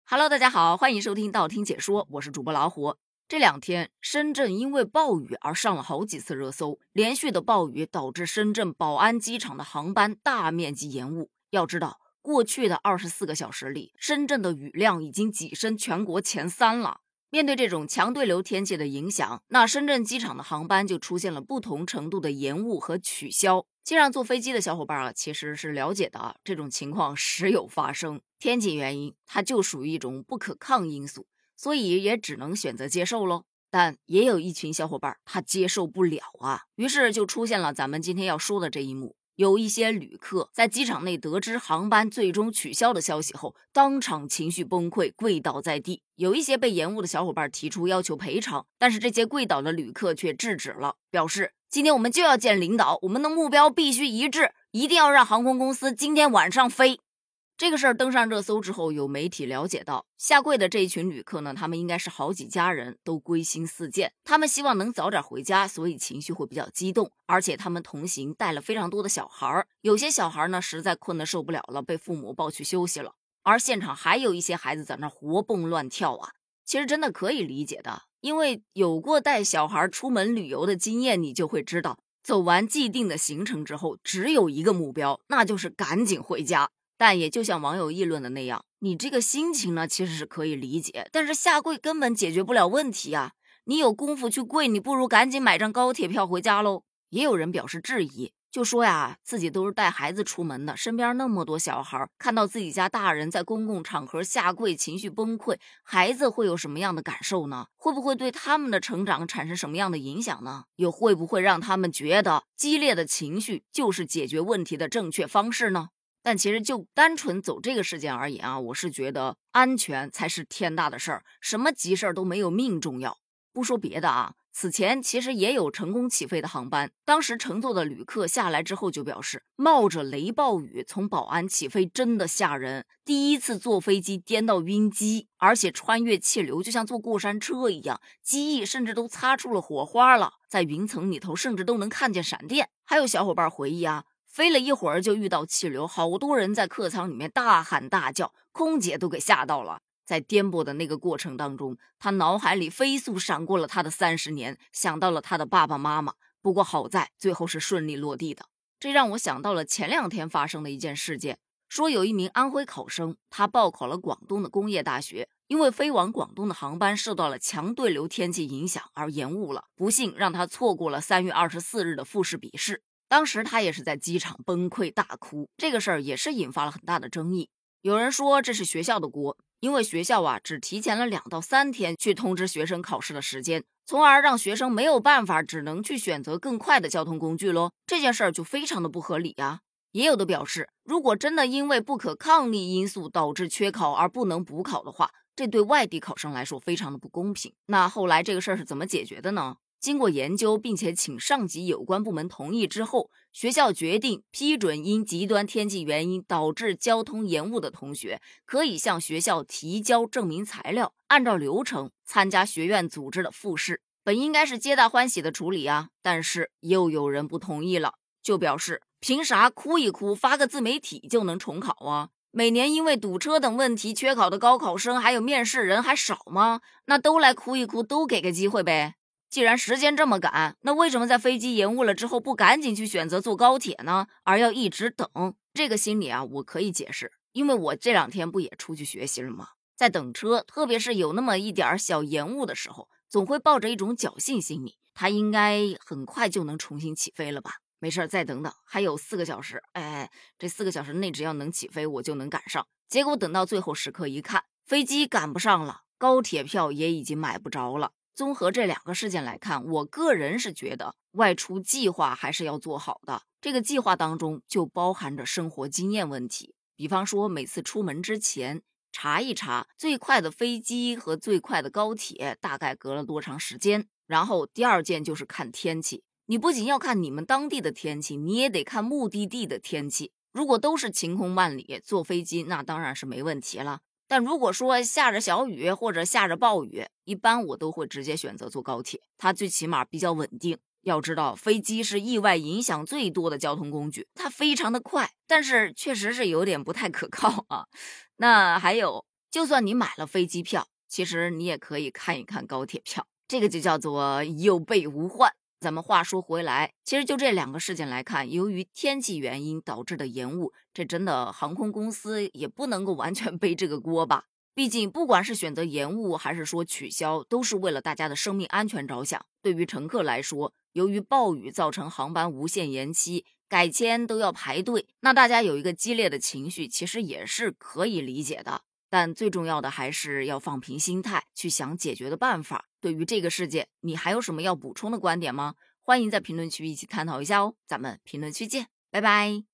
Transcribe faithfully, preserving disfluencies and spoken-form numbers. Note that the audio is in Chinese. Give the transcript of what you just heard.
Hello， 大家好，欢迎收听道听解说，我是主播老虎。这两天，深圳因为暴雨而上了好几次热搜，连续的暴雨导致深圳宝安机场的航班大面积延误。要知道，过去的二十四个小时里，深圳的雨量已经跻身全国前三了。面对这种强对流天气的影响，那深圳机场的航班就出现了不同程度的延误和取消。经常坐飞机的小伙伴啊，其实是了解的啊，这种情况时有发生。天气原因，它就属于一种不可抗因素，所以也只能选择接受咯。但也有一群小伙伴他接受不了啊，于是就出现了咱们今天要说的这一幕。有一些旅客在机场内得知航班最终取消的消息后，当场情绪崩溃，跪倒在地。有一些被延误的小伙伴提出要求赔偿，但是这些跪倒的旅客却制止了，表示今天我们就要见领导，我们的目标必须一致，一定要让航空公司今天晚上飞。这个事儿登上热搜之后，有媒体了解到，下跪的这一群旅客呢，他们应该是好几家人都归心似箭，他们希望能早点回家，所以情绪会比较激动，而且他们同行带了非常多的小孩，有些小孩呢实在困得受不了了，被父母抱去休息了，而现场还有一些孩子在那活蹦乱跳啊。其实真的可以理解的，因为有过带小孩出门旅游的经验，你就会知道，走完既定的行程之后，只有一个目标，那就是赶紧回家。但也就像网友议论的那样，你这个心情呢其实是可以理解，但是下跪根本解决不了问题啊！你有功夫去跪，你不如赶紧买张高铁票回家喽。也有人表示质疑，就说呀，自己都是带孩子出门的，身边那么多小孩，看到自己家大人在公共场合下跪，情绪崩溃，孩子会有什么样的感受呢？会不会对他们的成长产生什么样的影响呢？又会不会让他们觉得激烈的情绪就是解决问题的正确方式呢？但其实就单纯走这个事件而言啊，我是觉得安全才是天大的事儿，什么急事儿都没有命重要。不说别的啊，此前其实也有成功起飞的航班，当时乘坐的旅客下来之后就表示，冒着雷暴雨从宝安起飞真的吓人，第一次坐飞机颠到晕机，而且穿越气流就像坐过山车一样，机翼甚至都擦出了火花了，在云层里头甚至都能看见闪电。还有小伙伴回忆啊，飞了一会儿就遇到气流，好多人在客舱里面大喊大叫，空姐都给吓到了。在颠簸的那个过程当中，他脑海里飞速闪过了他的三十年，想到了他的爸爸妈妈，不过好在最后是顺利落地的。这让我想到了前两天发生的一件事件，说有一名安徽考生，他报考了广东的工业大学，因为飞往广东的航班受到了强对流天气影响而延误了，不幸让他错过了三月二十四日的复试笔试。当时他也是在机场崩溃大哭，这个事儿也是引发了很大的争议。有人说这是学校的锅，因为学校啊只提前了两到三天去通知学生考试的时间，从而让学生没有办法，只能去选择更快的交通工具咯。这件事儿就非常的不合理啊。也有的表示，如果真的因为不可抗力因素导致缺考而不能补考的话，这对外地考生来说非常的不公平。那后来这个事儿是怎么解决的呢？经过研究并且请上级有关部门同意之后，学校决定批准因极端天气原因导致交通延误的同学，可以向学校提交证明材料，按照流程参加学院组织的复试。本应该是皆大欢喜的处理啊，但是又有人不同意了，就表示凭啥哭一哭发个自媒体就能重考啊？每年因为堵车等问题缺考的高考生还有面试人还少吗？那都来哭一哭，都给个机会呗。既然时间这么赶，那为什么在飞机延误了之后不赶紧去选择坐高铁呢？而要一直等？这个心理啊，我可以解释，因为我这两天不也出去学习了吗？在等车，特别是有那么一点小延误的时候，总会抱着一种侥幸心理，它应该很快就能重新起飞了吧？没事，再等等，还有四个小时，哎，这四个小时内只要能起飞，我就能赶上。结果等到最后时刻一看，飞机赶不上了，高铁票也已经买不着了。综合这两个事件来看，我个人是觉得外出计划还是要做好的，这个计划当中就包含着生活经验问题，比方说每次出门之前查一查最快的飞机和最快的高铁大概隔了多长时间。然后第二件就是看天气，你不仅要看你们当地的天气，你也得看目的地的天气。如果都是晴空万里，坐飞机那当然是没问题了。但如果说下着小雨或者下着暴雨，一般我都会直接选择坐高铁，它最起码比较稳定。要知道，飞机是意外影响最多的交通工具，它非常的快，但是确实是有点不太可靠啊。那还有就算你买了飞机票，其实你也可以看一看高铁票，这个就叫做有备无患。咱们话说回来，其实就这两个事件来看，由于天气原因导致的延误，这真的航空公司也不能够完全背这个锅吧。毕竟不管是选择延误还是说取消，都是为了大家的生命安全着想。对于乘客来说，由于暴雨造成航班无限延期，改签都要排队，那大家有一个激烈的情绪，其实也是可以理解的。但最重要的还是要放平心态，去想解决的办法。对于这个事件，你还有什么要补充的观点吗？欢迎在评论区一起探讨一下哦，咱们评论区见，拜拜。